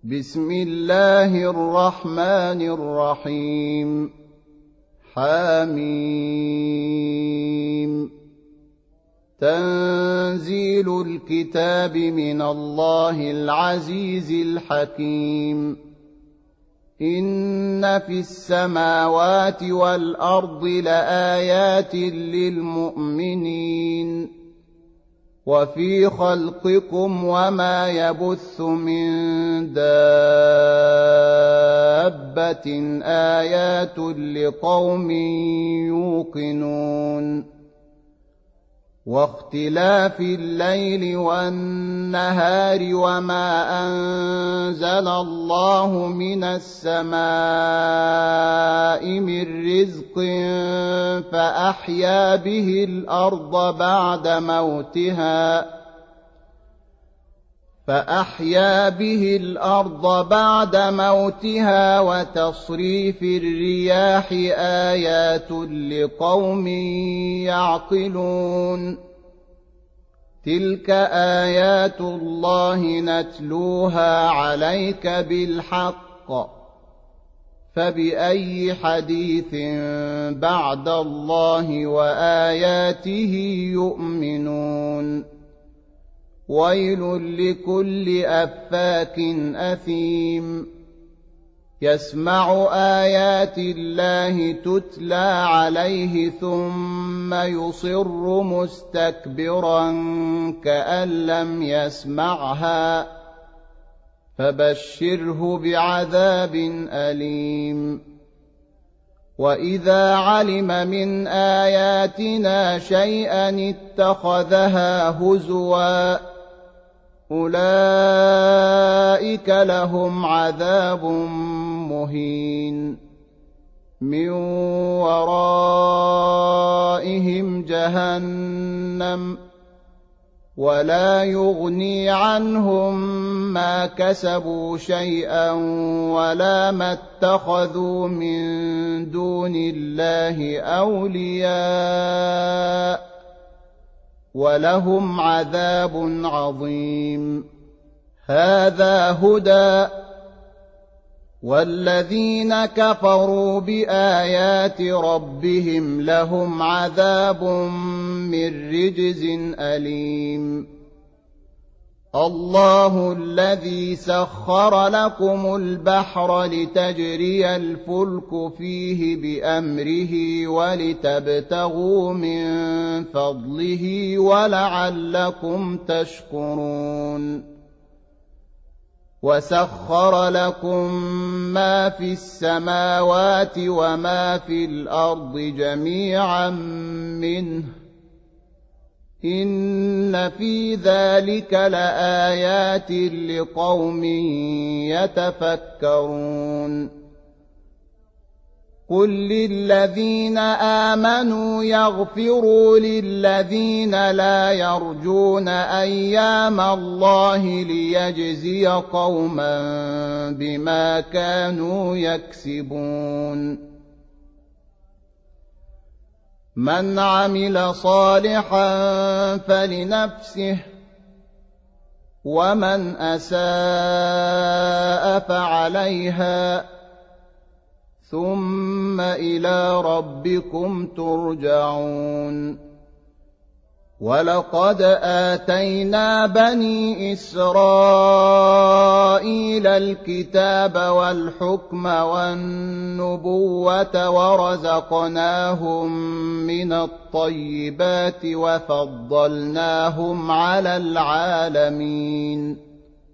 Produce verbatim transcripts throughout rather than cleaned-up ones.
بسم الله الرحمن الرحيم. حميم. تنزيل الكتاب من الله العزيز الحكيم. إن في السماوات والأرض لآيات للمؤمنين وفي خلقكم وما يبث من دابة آيات لقوم يوقنون. واختلاف الليل والنهار وما أنزل الله من السماء من رزق فأحيا به الأرض بعد موتها فأحيا به الأرض بعد موتها وتصريف الرياح آيات لقوم يعقلون. تلك آيات الله نتلوها عليك بالحق فبأي حديث بعد الله وآياته يؤمنون. ويل لكل أفاك أثيم يسمع آيات الله تتلى عليه ثم يصر مستكبرا كأن لم يسمعها فبشره بعذاب أليم. وإذا علم من آياتنا شيئا اتخذها هزوا أولئك لهم عذاب مهين من ورائهم جهنم ولا يغني عنهم ما كسبوا شيئا ولا ما اتخذوا من دون الله أولياء ولهم عذاب عظيم. هذا هدى والذين كفروا بآيات ربهم لهم عذاب من رجز أليم. الله الذي سخر لكم البحر لتجري الفلك فيه بأمره ولتبتغوا من فضله ولعلكم تشكرون. وسخر لكم ما في السماوات وما في الأرض جميعا منه إن في ذلك لآيات لقوم يتفكرون. قل للذين آمنوا يغفروا للذين لا يرجون أيام الله ليجزي قوما بما كانوا يكسبون. من عمل صالحا فلنفسه ومن أساء فعليها ثم إلى ربكم ترجعون. ولقد آتينا بني إسرائيل الكتاب والحكم والنبوة ورزقناهم من الطيبات وفضلناهم على العالمين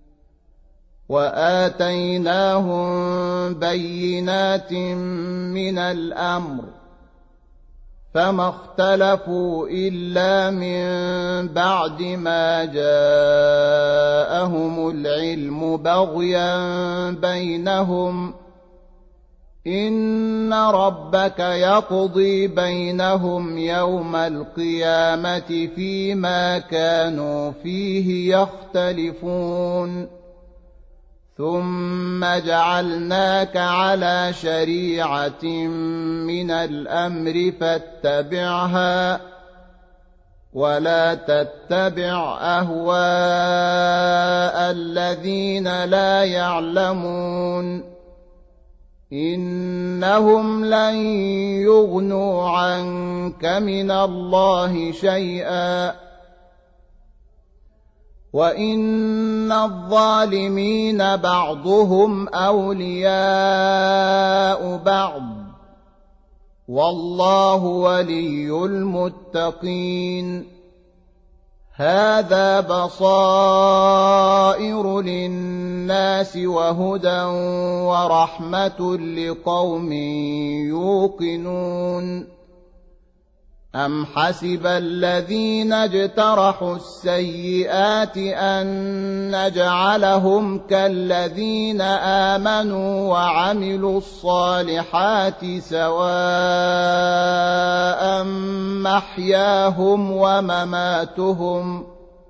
وآتيناهم بينات من الأمر فما اختلفوا إلا من بعد ما جاءهم العلم بغيا بينهم إن ربك يقضي بينهم يوم القيامة فيما كانوا فيه يختلفون. ثم جعلناك على شريعة من الأمر فاتبعها ولا تتبع أهواء الذين لا يعلمون إنهم لن يغنوا عنك من الله شيئا وإن الظالمين بعضهم أولياء بعض والله ولي المتقين هذا بصائر للناس وهدى ورحمة لقوم يوقنون أم حسب الذين اجترحوا السيئات أن نجعلهم كالذين آمنوا وعملوا الصالحات سواء محياهم ومماتهم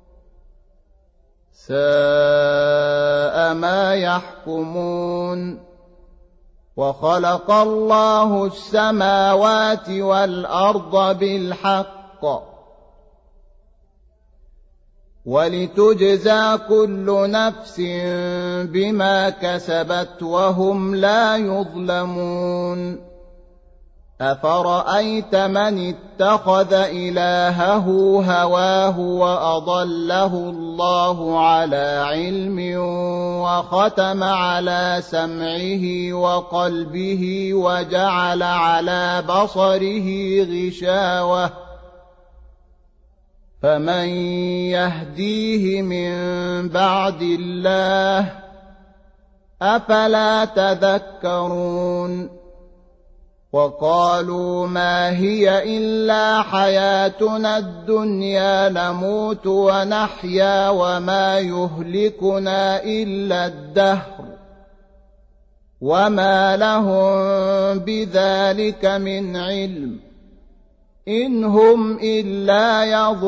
ساء ما يحكمون وخلق الله السماوات والأرض بالحق ولتجزى كل نفس بما كسبت وهم لا يظلمون أفرأيت من اتخذ إلهه هواه وأضله الله على علم وختم على سمعه وقلبه وجعل على بصره غشاوة فمن يهديه من بعد الله أفلا تذكرون وقالوا ما هي إلا حياتنا الدنيا نموت ونحيا وما يهلكنا إلا الدهر وما لهم بذلك من علم إن هم إلا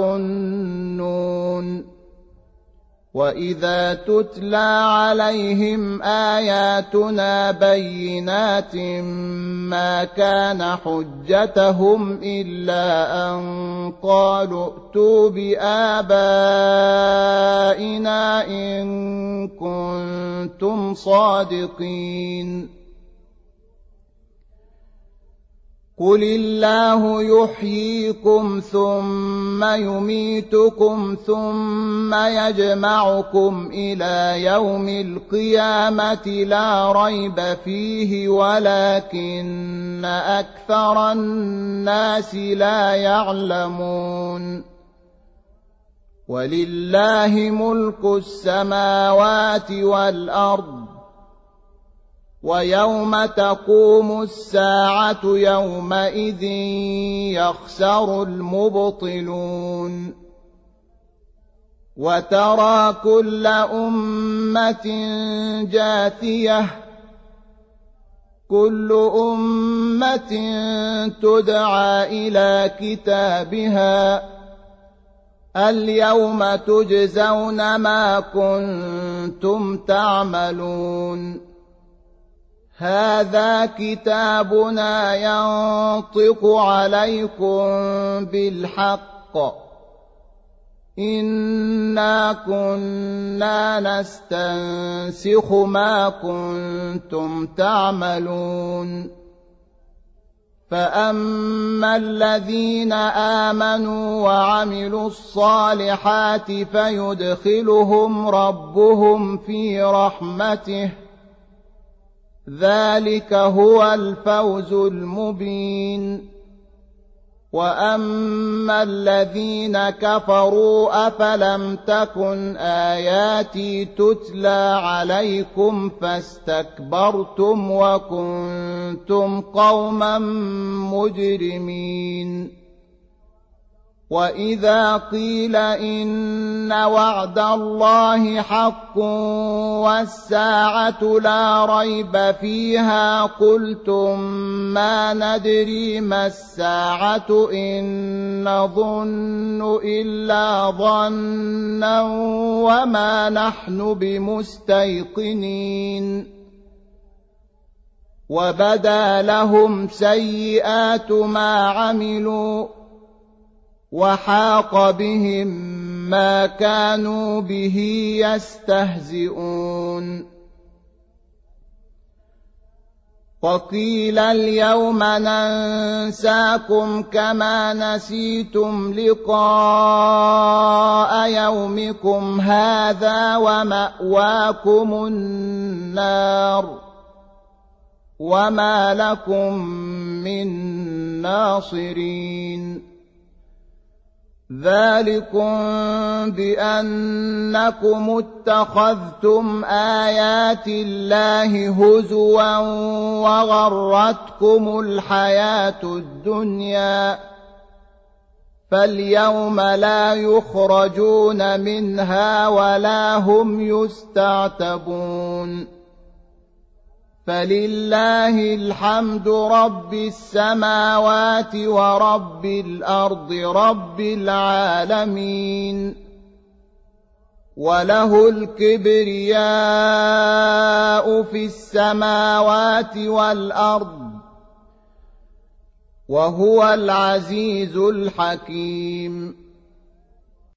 يظنون وإذا تتلى عليهم آياتنا بينات ما كان حجتهم إلا أن قالوا ائتوا بآبائنا إن كنتم صادقين قل الله يحييكم ثم يميتكم ثم يجمعكم إلى يوم القيامة لا ريب فيه ولكن أكثر الناس لا يعلمون ولله ملك السماوات والأرض ويوم تقوم الساعة يومئذ يخسر المبطلون وترى كل أمة جاثية كل أمة تدعى إلى كتابها اليوم تجزون ما كنتم تعملون هذا كتابنا ينطق عليكم بالحق إنا كنا نستنسخ ما كنتم تعملون فأما الذين آمنوا وعملوا الصالحات فيدخلهم ربهم في رحمته ذلك هو الفوز المبين وأما الذين كفروا أفلم تكن آياتي تتلى عليكم فاستكبرتم وكنتم قوما مجرمين وإذا قيل إن وعد الله حق والساعة لا ريب فيها قلتم ما ندري ما الساعة إن نظن إلا ظنا وما نحن بمستيقنين وبدا لهم سيئات ما عملوا وحاق بهم ما كانوا به يستهزئون وقيل اليوم ننساكم كما نسيتم لقاء يومكم هذا ومأواكم النار وما لكم من ناصرين ذلكم بأنكم اتخذتم آيات الله هزوا وغرتكم الحياة الدنيا فاليوم لا يخرجون منها ولا هم يستعتبون فلله الحمد رب السماوات ورب الأرض رب العالمين وله الكبرياء في السماوات والأرض وهو العزيز الحكيم